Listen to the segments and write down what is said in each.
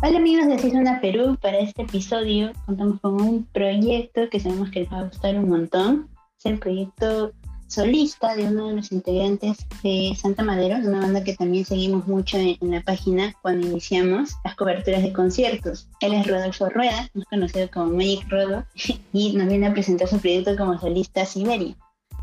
Hola amigos de Season Perú, para este episodio contamos con un proyecto que sabemos que les va a gustar un montón. Es el proyecto solista de uno de los integrantes de Santa Madero, de una banda que también seguimos mucho en la página cuando iniciamos las coberturas de conciertos. Él es Rodolfo Rueda, más conocido como Magic Rodo, y nos viene a presentar su proyecto como solista Siberia.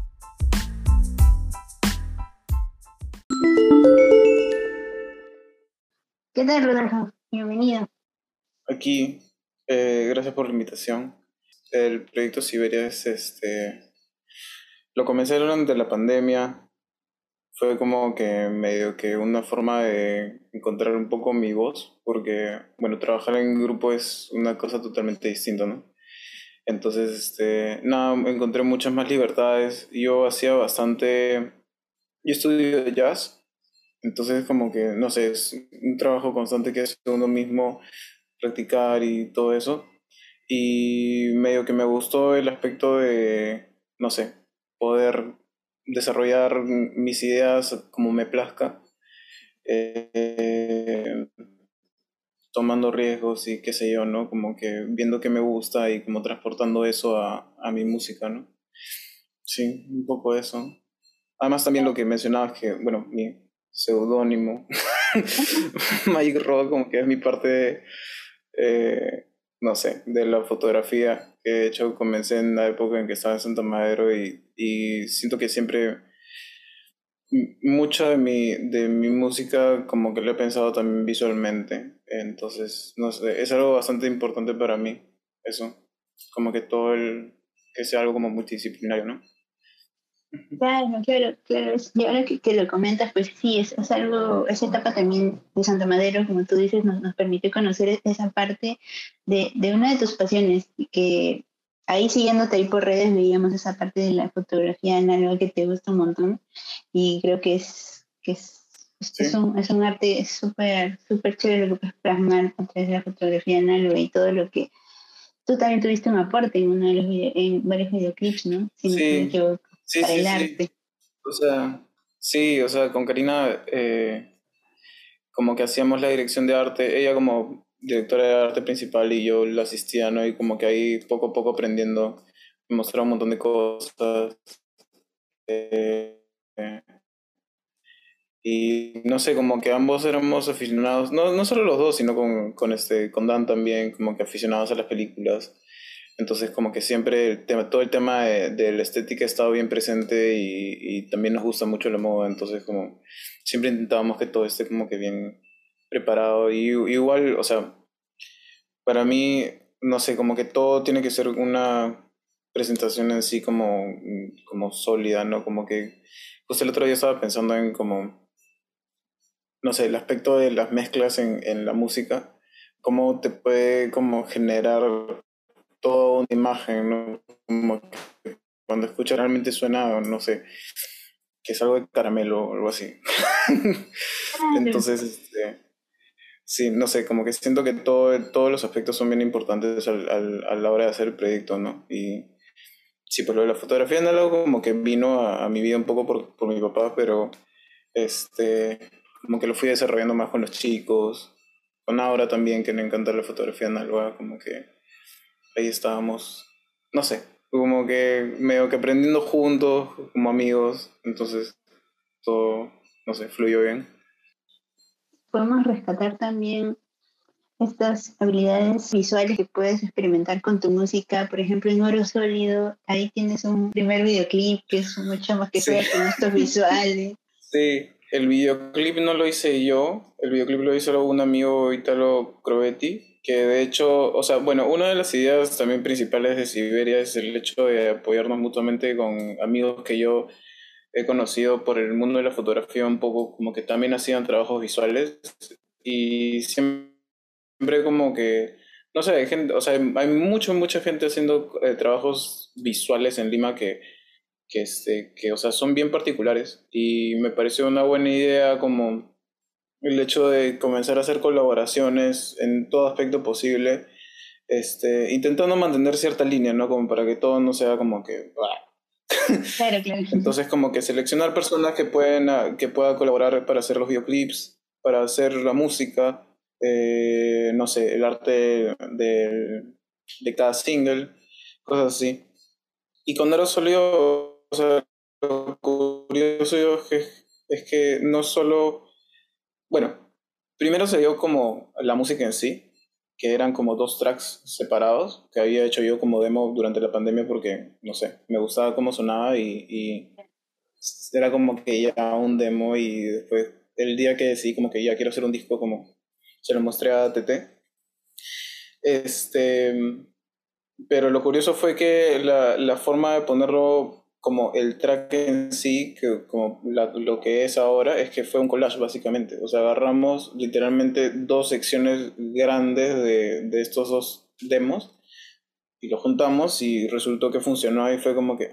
¿Qué tal, Rodolfo? Bienvenido. Aquí, gracias por la invitación. El proyecto Siberia lo comencé durante la pandemia. Fue como que medio que una forma de encontrar un poco mi voz, porque, bueno, trabajar en grupo es una cosa totalmente distinta, ¿no? Entonces, nada, encontré muchas más libertades. Yo hacía bastante, yo estudio jazz, entonces como que, no sé, es un trabajo constante que hace uno mismo, practicar y todo eso. Y medio que me gustó el aspecto de, no sé, poder desarrollar mis ideas como me plazca, eh, tomando riesgos y qué sé yo, ¿no? Como que viendo que me gusta y como transportando eso a mi música, ¿no? Sí, un poco eso. Además también lo que mencionabas que, bueno, mi seudónimo, Mike Rock, como que es mi parte, eh, no sé, de la fotografía, que de hecho comencé en la época en que estaba en Santa Madero y siento que siempre mucha de mi música como que lo he pensado también visualmente, entonces, no sé, es algo bastante importante para mí, eso, como que que sea algo como multidisciplinario, ¿no? Claro, claro, claro. Y ahora que lo comentas, pues sí, es algo, esa etapa también de Santa Madero, como tú dices, nos permitió conocer esa parte de una de tus pasiones, y que ahí siguiéndote ahí por redes veíamos esa parte de la fotografía análoga que te gusta un montón, y creo Sí, es un arte súper, súper chévere lo que puedes plasmar a través de la fotografía análoga y todo lo que tú también tuviste un aporte en uno de los en varios videoclips, ¿no? Si no me sí, equivoco, sí, para sí, el sí. arte. O sea, sí, o sea, con Karina como que hacíamos la dirección de arte, ella como directora de arte principal y yo la asistía, ¿no? Y como que ahí poco a poco aprendiendo, me mostraba un montón de cosas. eh, y no sé, como que ambos éramos aficionados, no solo los dos, sino con Dan también, como que aficionados a las películas. Entonces como que siempre todo el tema de la estética ha estado bien presente y también nos gusta mucho la moda, entonces como siempre intentábamos que todo esté como que bien preparado y igual, o sea, para mí, no sé, como que todo tiene que ser una presentación en sí como sólida, ¿no? Como que justo el otro día estaba pensando en como, no sé, el aspecto de las mezclas en la música, cómo te puede como generar toda una imagen, ¿no? Como que cuando escuchas realmente suena, no sé, que es algo de caramelo o algo así. Claro. Entonces, sí, no sé, como que siento que todos los aspectos son bien importantes a la hora de hacer el proyecto, ¿no? Y sí, por lo de la fotografía análoga como que vino a mi vida un poco por mi papá, pero este, como que lo fui desarrollando más con los chicos, con Aura también, que le encanta la fotografía análoga, como que ahí estábamos, no sé, como que medio que aprendiendo juntos, como amigos, entonces todo, no sé, fluyó bien. Podemos rescatar también estas habilidades visuales que puedes experimentar con tu música. Por ejemplo, en Oro Sólido, ahí tienes un primer videoclip que es mucho más que Sí, juega con estos visuales. sí, el videoclip no lo hice yo, el videoclip lo hizo un amigo Italo Crovetti, que de hecho, o sea, bueno, una de las ideas también principales de Siberia es el hecho de apoyarnos mutuamente con amigos que yo he conocido por el mundo de la fotografía un poco como que también hacían trabajos visuales y siempre como que, no sé, hay gente, o sea, hay mucha gente haciendo trabajos visuales en Lima que, o sea, son bien particulares y me pareció una buena idea como el hecho de comenzar a hacer colaboraciones en todo aspecto posible, intentando mantener cierta línea, ¿no? Como para que todo no sea como que... Claro, claro. Entonces como que seleccionar personas que pueda colaborar para hacer los videoclips, para hacer la música, no sé, el arte de cada single, cosas así. Y cuando era sólido, o sea, lo curioso es que no solo, bueno, primero se dio como la música en sí, que eran como dos tracks separados, que había hecho yo como demo durante la pandemia porque, no sé, me gustaba cómo sonaba y era como que ya un demo y después, el día que decidí como que ya quiero hacer un disco, como se lo mostré a TT. Este, pero lo curioso fue que la forma de ponerlo como el track en sí, que como lo que es ahora, es que fue un collage básicamente. O sea, agarramos literalmente dos secciones grandes de estos dos demos y lo juntamos y resultó que funcionó y fue como que,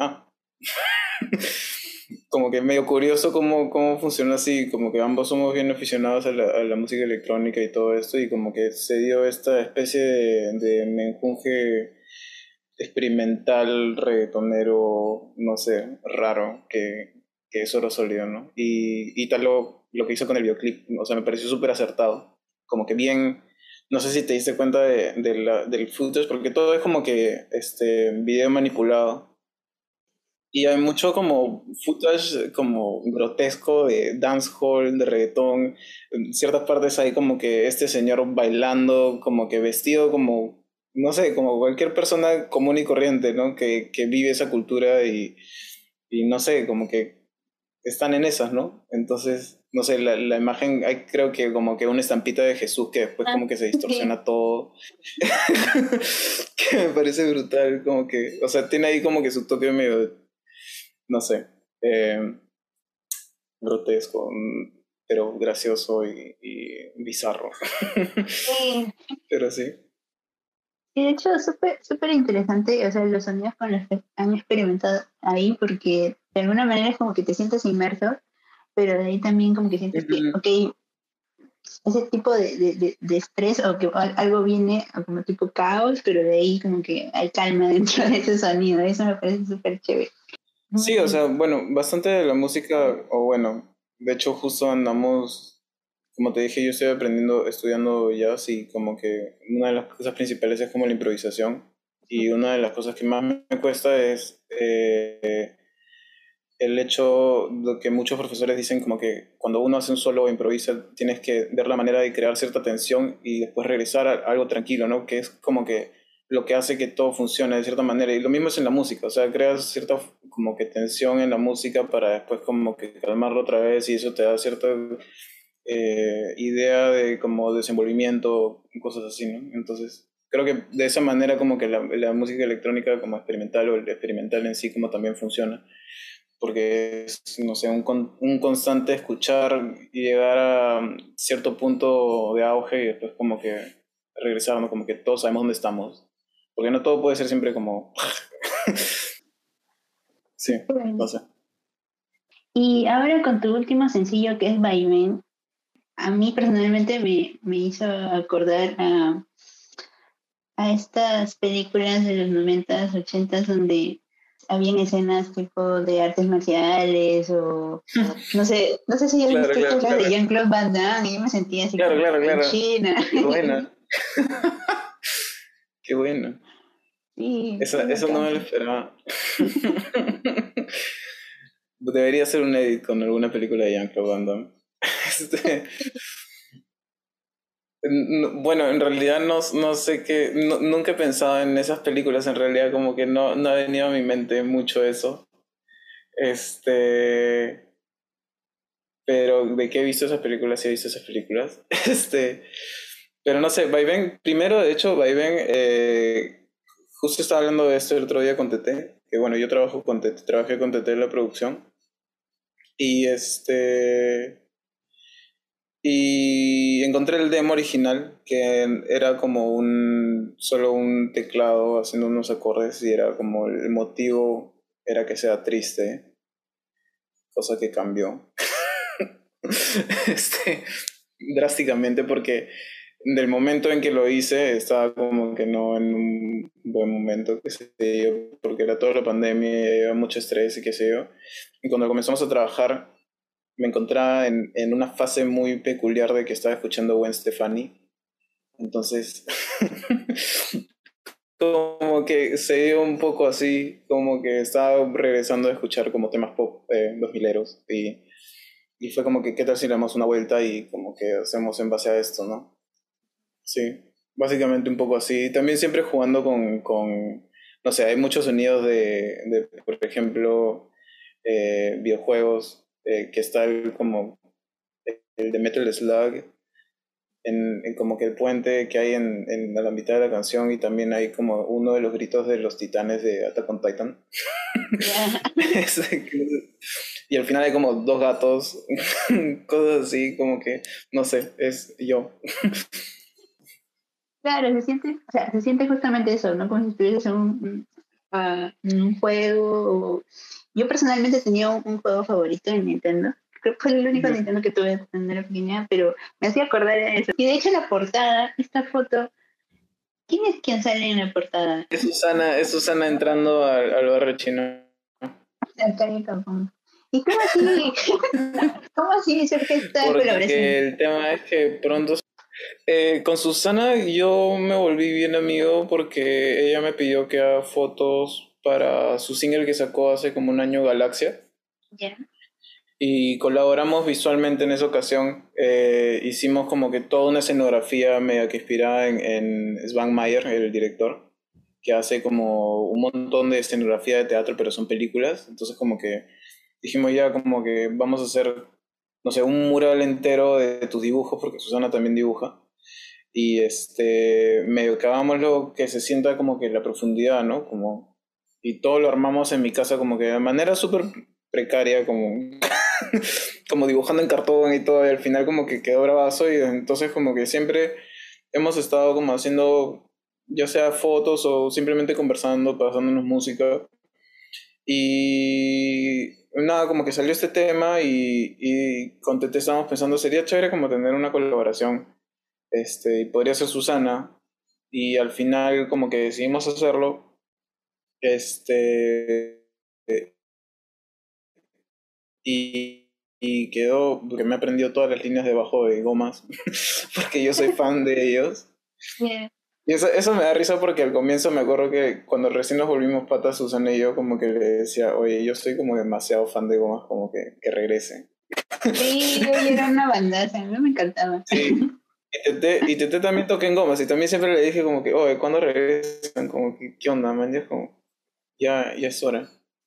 como que medio curioso cómo funciona así, como que ambos somos bien aficionados a la música electrónica y todo esto y como que se dio esta especie de menjunje experimental, reggaetonero, no sé, raro, que es Oro Sólido, ¿no? Y tal lo que hizo con el videoclip, o sea, me pareció súper acertado, como que bien, no sé si te diste cuenta del footage, porque todo es como que video manipulado. Y hay mucho como footage como grotesco de dancehall, de reggaetón. En ciertas partes hay como que este señor bailando, como que vestido como, no sé, como cualquier persona común y corriente, ¿no? Que vive esa cultura y no sé, como que están en esas, ¿no? Entonces, no sé, la imagen, hay creo que como que una estampita de Jesús que después Ah, como que se sí. distorsiona todo, que me parece brutal, como que, o sea, tiene ahí como que su toque medio no sé, eh, grotesco, pero gracioso y bizarro. Sí, Pero sí. y de hecho, súper interesante, o sea, los sonidos con los que han experimentado ahí, porque de alguna manera es como que te sientes inmerso, pero de ahí también como que sientes que, Ujú. ok, ese tipo de estrés o que algo viene a como tipo caos, pero de ahí como que hay calma dentro de ese sonido, eso me parece súper chévere. Sí, o Mm, sea, bueno, bastante de la música, o bueno, de hecho justo andamos, como te dije, yo estoy aprendiendo, estudiando jazz y como que una de las cosas principales es como la improvisación y una de las cosas que más me cuesta es el hecho de que muchos profesores dicen como que cuando uno hace un solo o improvisa, tienes que ver la manera de crear cierta tensión y después regresar a algo tranquilo, ¿no? Que es como que lo que hace que todo funcione de cierta manera. Y lo mismo es en la música, o sea, creas cierta como que tensión en la música para después como que calmarlo otra vez y eso te da cierta idea de como desenvolvimiento, cosas así, ¿no? Entonces, creo que de esa manera como que la música electrónica como experimental o el experimental en sí como también funciona porque es, no sé, un constante escuchar y llegar a cierto punto de auge y después como que regresar, ¿no? Como que todos sabemos dónde estamos. Porque no todo puede ser siempre como... Sí, bueno. no sé. Y ahora con tu último sencillo que es Vaivén, a mí personalmente me hizo acordar a estas películas de los 90s, 80s donde habían escenas tipo de artes marciales o no sé si has Claro, visto claro, estas de claro. Jean-Claude Van Damme y yo me sentía así Claro, como claro, en claro. China. Qué buena, qué buena. Sí, qué Eso no me lo bacán. esperaba. Debería ser un edit con alguna película de Jean-Claude Van Damme. Este, bueno, en realidad no sé qué, nunca he pensado en esas películas, en realidad como que no ha venido a mi mente mucho eso. Este, pero de qué he visto esas películas, sí he visto esas películas. Pero no sé, Vaivén, primero, de hecho, Vaivén, justo estaba hablando de esto el otro día con Tete, que bueno, yo trabajo con Tete, trabajé con Tete en la producción, y y encontré el demo original, que era como solo un teclado haciendo unos acordes, y era como el motivo era que sea triste, cosa que cambió. este, drásticamente porque del momento en que lo hice estaba como que no en un buen momento, qué sé yo, porque era toda la pandemia y había mucho estrés y qué sé yo. Y cuando comenzamos a trabajar me encontraba en una fase muy peculiar de que estaba escuchando Gwen Stefani Entonces, como que se dio un poco así, como que estaba regresando a escuchar como temas pop 2000eros y fue como que, ¿qué tal si le damos una vuelta y como que hacemos en base a esto, ¿no? Sí, básicamente un poco así. También siempre jugando no sé, hay muchos sonidos por ejemplo, videojuegos, que está como el de Metal Slug, en como que el puente que hay en la mitad de la canción y también hay como uno de los gritos de los titanes de Attack on Titan. Ya. Y al final hay como dos gatos, cosas así, como que, no sé, es yo. Claro, se siente, o sea, se siente justamente eso, ¿no? Como si estuvieses en un juego. Yo personalmente tenía un juego favorito en Nintendo. Creo que fue el único Nintendo que tuve cuando era pequeña, pero me hacía acordar de eso. Y de hecho la portada, esta foto, ¿quién es quien sale en la portada? Es Susana entrando al barrio chino. Acá en Japón. ¿Y cómo así, cómo así surge esta Porque colaboración? el tema es que pronto con Susana yo me volví bien amigo porque ella me pidió que haga fotos para su single que sacó hace como un año, Galaxia, Ya. y colaboramos visualmente en esa ocasión. Hicimos como que toda una escenografía media que inspirada en Sven Meyer, el director, que hace como un montón de escenografía de teatro, pero son películas. Entonces como que dijimos ya como que vamos a hacer, no sé, un mural entero de tus dibujos, porque Susana también dibuja. Y medio que hagamos lo que se sienta como que la profundidad, ¿no? Como, y todo lo armamos en mi casa como que de manera súper precaria, como, como dibujando en cartón y todo, y al final como que quedó bravazo y entonces como que siempre hemos estado como haciendo ya sea fotos o simplemente conversando, pasándonos música. Y nada, como que salió este tema y con Tete estábamos pensando, sería chévere como tener una colaboración, y podría ser Susana, y al final como que decidimos hacerlo, este, y quedó, porque me he aprendido todas las líneas debajo de Gomas, porque yo soy fan de ellos. Yeah. Y eso me da risa porque al comienzo me acuerdo que cuando recién nos volvimos patas, Susana y yo como que le decía, oye, yo soy como demasiado fan de Gomas, como que regrese. Sí, yo era una bandaza, a mí me encantaba. Sí. Y Tete también toca en Gomas y también siempre le dije como que, oye, ¿cuándo regresan? Como que, ¿qué onda, man? Ya, como, ya es hora.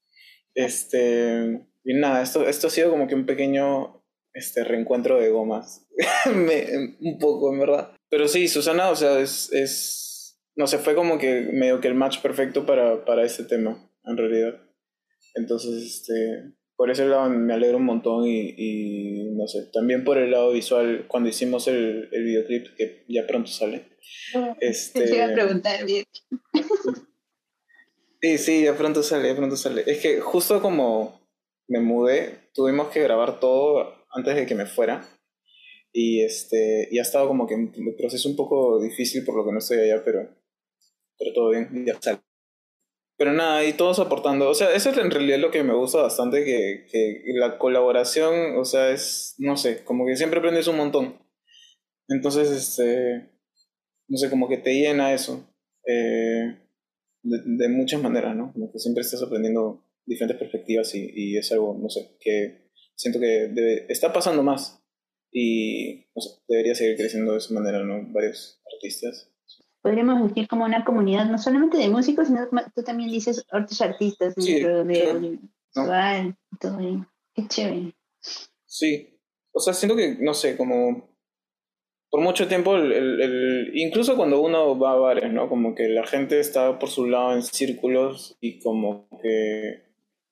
Y nada, esto ha sido como que un pequeño reencuentro de Gomas. Un poco, en verdad. Pero sí, Susana, o sea, no sé, fue como que medio que el match perfecto para este tema, en realidad. Entonces, por ese lado me alegro un montón y no sé, también por el lado visual, cuando hicimos el videoclip, que ya pronto sale. Te iba a Este, preguntar bien. sí, sí, ya pronto sale, ya pronto sale. Es que justo como me mudé, tuvimos que grabar todo antes de que me fuera. Y ha estado como que un proceso un poco difícil por lo que no estoy allá, pero todo bien, ya sale. Pero nada, y todos aportando. O sea, eso es en realidad lo que me gusta bastante, que la colaboración, o sea, no sé, como que siempre aprendes un montón. Entonces, no sé, como que te llena eso. De muchas maneras, ¿no? Como que siempre estás aprendiendo diferentes perspectivas y es algo, no sé, que siento que está pasando más y, no sé, debería seguir creciendo de esa manera, ¿no? Varios artistas. Podríamos decir como una comunidad, no solamente de músicos, sino como tú también dices otros artistas Sí, dentro de claro, ¿no? audiovisual y todo. Qué chévere. Sí. O sea, siento que, no sé, como por mucho tiempo, incluso cuando uno va a bares, ¿no? Como que la gente está por su lado en círculos y como que...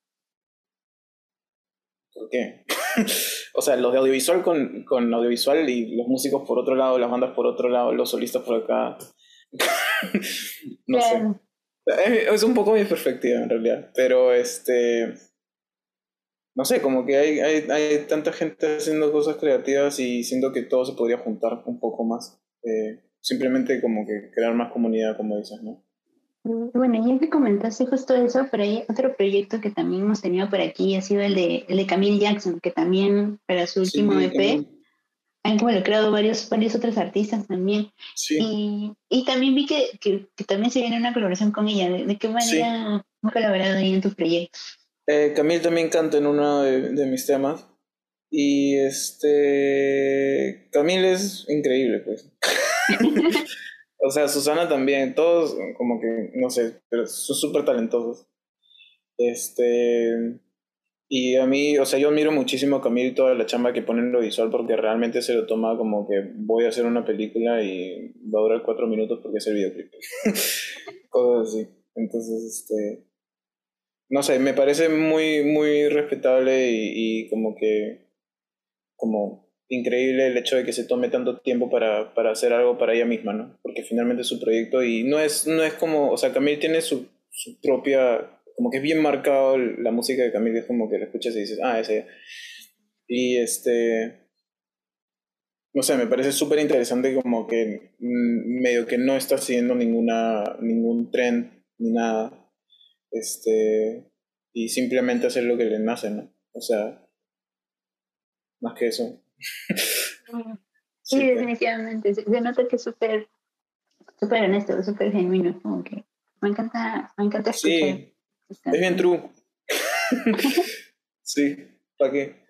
¿Por qué? O sea, los de audiovisual con audiovisual y los músicos por otro lado, las bandas por otro lado, los solistas por acá. No sé. Claro. Es un poco mi perspectiva en realidad, pero no sé, como que hay tanta gente haciendo cosas creativas y siento que todo se podría juntar un poco más. Simplemente como que crear más comunidad, como dices, ¿no? Bueno, ya que comentaste justo eso, pero hay otro proyecto que también hemos tenido por aquí, ha sido el de Camille Jackson, que también para su último Sí, EP también. han involucrado varios otros artistas también. Sí, Y también vi que también se viene una colaboración con ella. ¿De qué sí. manera han colaborado ahí en tu proyecto? Camille también canta en uno de mis temas. Y Camille es increíble, pues. O sea, Susana también, todos como que, no sé, pero son súper talentosos. Este, y a mí, o sea, yo admiro muchísimo a Camille y toda la chamba que pone en lo visual porque realmente se lo toma como que voy a hacer una película y va a durar 4 minutos porque es el videoclip. Cosas así. Entonces, no sé, me parece muy, muy respetable y como que como increíble el hecho de que se tome tanto tiempo para hacer algo para ella misma, ¿no? Porque finalmente es su proyecto y no es como, o sea, Camille tiene su propia, como que es bien marcado la música de Camille, es como que la escuchas y dices, ah, es ella. Y no sé, me parece súper interesante como que medio que no está siguiendo ningún trend ni nada, y simplemente hacer lo que le nace, ¿no? O sea, más que eso. Mm. Sí, Sí, pues. definitivamente. Se nota que es súper honesto, súper genuino. Como que me encanta escuchar Sí, sus es bien canciones. true. Sí, ¿para qué?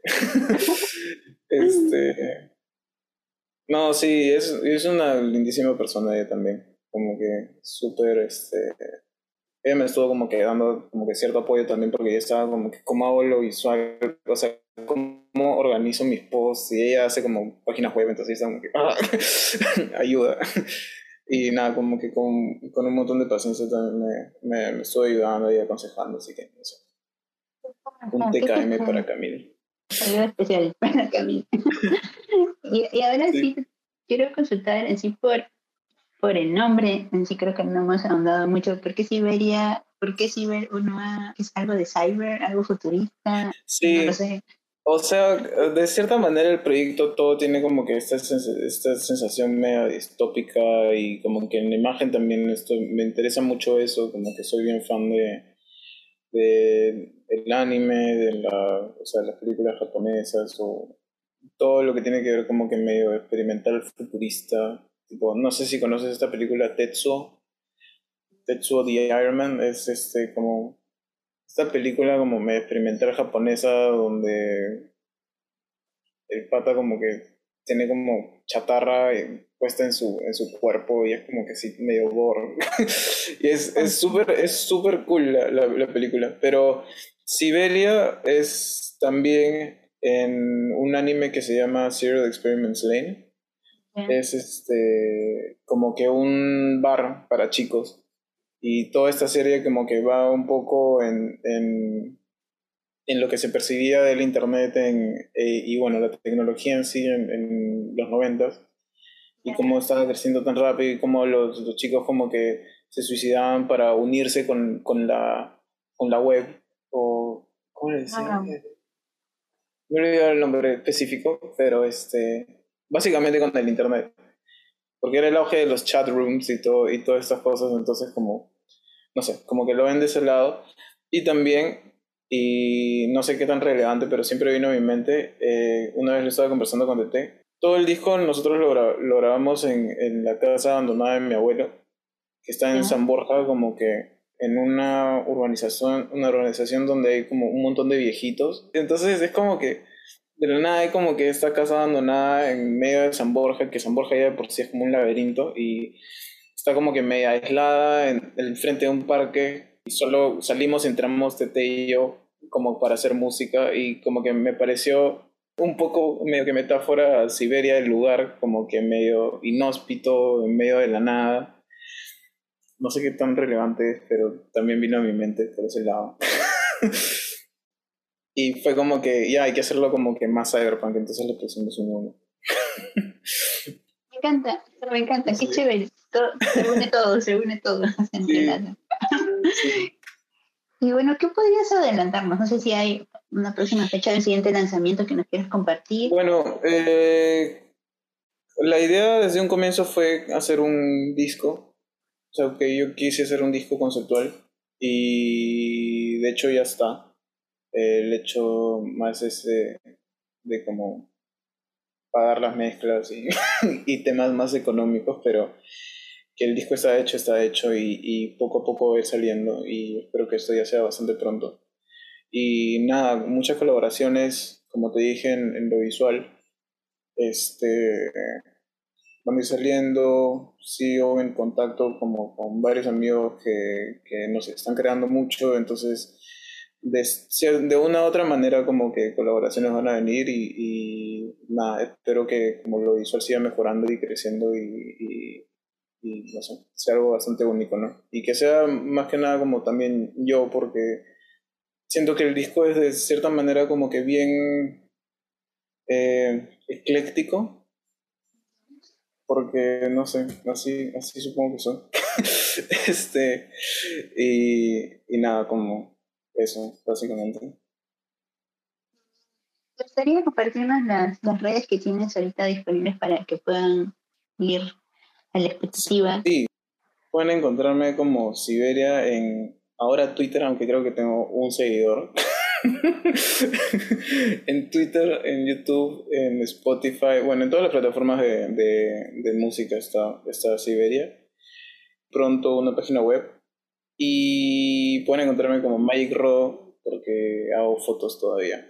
Este, no, sí, es una lindísima persona ella también. Como que súper, ella me estuvo como que dando como que cierto apoyo también porque ella estaba como que cómo hago lo visual, o sea, cómo organizo mis posts y ella hace como páginas web, entonces está como que, ayuda. Y nada, como que con un montón de paciencia también me estuvo ayudando y aconsejando, así que no sé. Un Ah, qué TKM para especial, Camilo. algo especial para Camila. Y ahora sí Sí. quiero consultar en sí por el nombre, en sí creo que no hemos ahondado mucho. ¿Por qué Ciber uno es algo de cyber, algo futurista? No lo Sí, sé. o sea, de cierta manera el proyecto todo tiene como que esta sensación media distópica y como que en la imagen también me interesa mucho eso, como que soy bien fan de el anime, o sea, las películas japonesas o todo lo que tiene que ver como que medio experimental futurista. Tipo, no sé si conoces esta película Tetsuo the Iron Man, es como esta película como medio experimental japonesa donde el pata como que tiene como chatarra puesta en su cuerpo y es como que sí, medio gore. Y es súper cool la película. Pero Siberia es también en un anime que se llama Serial Experiments Lane. Ya, Es como que un bar para chicos. Y toda esta serie como que va un poco en lo que se percibía del internet y bueno, la tecnología en sí en los 90 y ya. cómo estaba creciendo tan rápido y cómo los chicos como que se suicidaban para unirse con la web o ¿cómo le decían? Ah, No le olvidado el nombre específico, pero básicamente con el internet, porque era el auge de los chat rooms y todas estas cosas, entonces como no sé, como que lo ven de ese lado. Y también, y no sé qué tan relevante, pero siempre vino a mi mente, una vez lo estaba conversando con DT, todo el disco nosotros lo grabamos en la casa abandonada de mi abuelo, que está en ya. San Borja, como que en una urbanización donde hay como un montón de viejitos. Entonces es como que de la nada hay como que esta casa abandonada en medio de San Borja, que San Borja ya de por sí es como un laberinto y está como que media aislada en frente de un parque y solo salimos, entramos Tete y yo como para hacer música y como que me pareció un poco medio que metáfora a Siberia, el lugar como que medio inhóspito, en medio de la nada. No sé qué tan relevante es, pero también vino a mi mente por ese lado. Y fue como que ya hay que hacerlo como que más cyberpunk, entonces le pusimos un nombre. Me encanta, qué Sí, chévere. Se une todo, se sí, entrelaza. sí. Y bueno, ¿qué podrías adelantarnos? No sé si hay una próxima fecha del siguiente lanzamiento que nos quieras compartir. Bueno, la idea desde un comienzo fue hacer un disco, o sea, que yo quise hacer un disco conceptual y de hecho ya está. El hecho más es de como pagar las mezclas y, y temas más económicos, pero que el disco está hecho y poco a poco va a ir saliendo y espero que esto ya sea bastante pronto. Y nada, muchas colaboraciones, como te dije, en lo visual, este, van a ir saliendo, sigo en contacto como con varios amigos que no sé, están creando mucho, entonces de una u otra manera como que colaboraciones van a venir y nada, espero que como lo visual siga mejorando y creciendo y no sé, sea algo bastante único, ¿no? Y que sea más que nada como también yo, porque siento que el disco es de cierta manera como que bien ecléctico, porque no sé, así supongo que son. este, y nada, como eso, básicamente. ¿Te gustaría compartirnos las redes que tienes ahorita disponibles para que puedan ir a la expectativa? Sí, pueden encontrarme como Siberia en ahora Twitter, aunque creo que tengo un seguidor. En Twitter, en YouTube, en Spotify, bueno, en todas las plataformas de música está Siberia. Pronto una página web. Y pueden encontrarme como Magic Raw porque hago fotos todavía.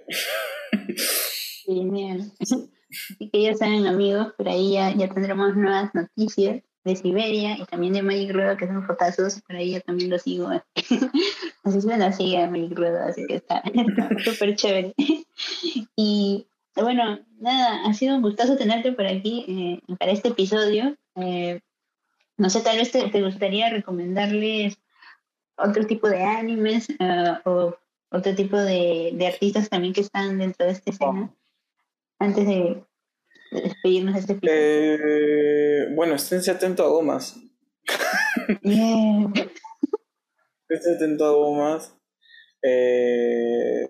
Genial. Así que ya saben, amigos, por ahí ya tendremos nuevas noticias de Siberia y también de Magic Rueda, que son fotazos. Por ahí yo también lo sigo. Así se la sigue a Magic Rueda, así que está súper chévere. Y bueno, nada, ha sido un gustazo tenerte por aquí para este episodio. No sé, tal vez te gustaría recomendarles otro tipo de animes o otro tipo de artistas también que están dentro de esta escena antes de despedirnos de este episodio. Bueno, esténse atentos a Gomas. Bien. Esténse atentos a Gomas. Eh,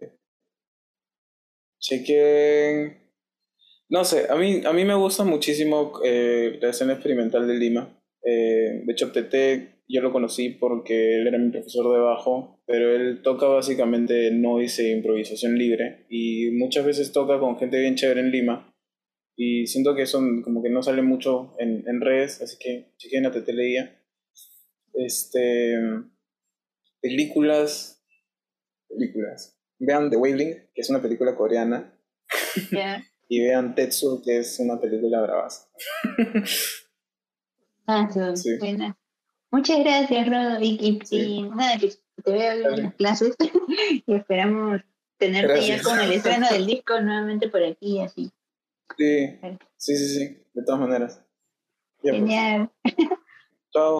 chequen. No sé, a mí me gusta muchísimo la escena experimental de Lima. De hecho, Tete yo lo conocí porque él era mi profesor de bajo, pero él toca básicamente noise e improvisación libre y muchas veces toca con gente bien chévere en Lima y siento que eso como que no sale mucho en redes, así que chequen a Tete Leía. Este, películas, películas. Vean The Wailing, que es una película coreana, Ya. y vean Tetsu, que es una película bravaza. Ah, Sí, buena. Muchas gracias, Rodo. Y sí. nada, que te veo bien en las Dale. clases y esperamos tenerte ya Gracias. con el estreno del disco nuevamente por aquí, así. Sí, sí, sí, sí. De todas maneras. Ya pues. Genial. Chao.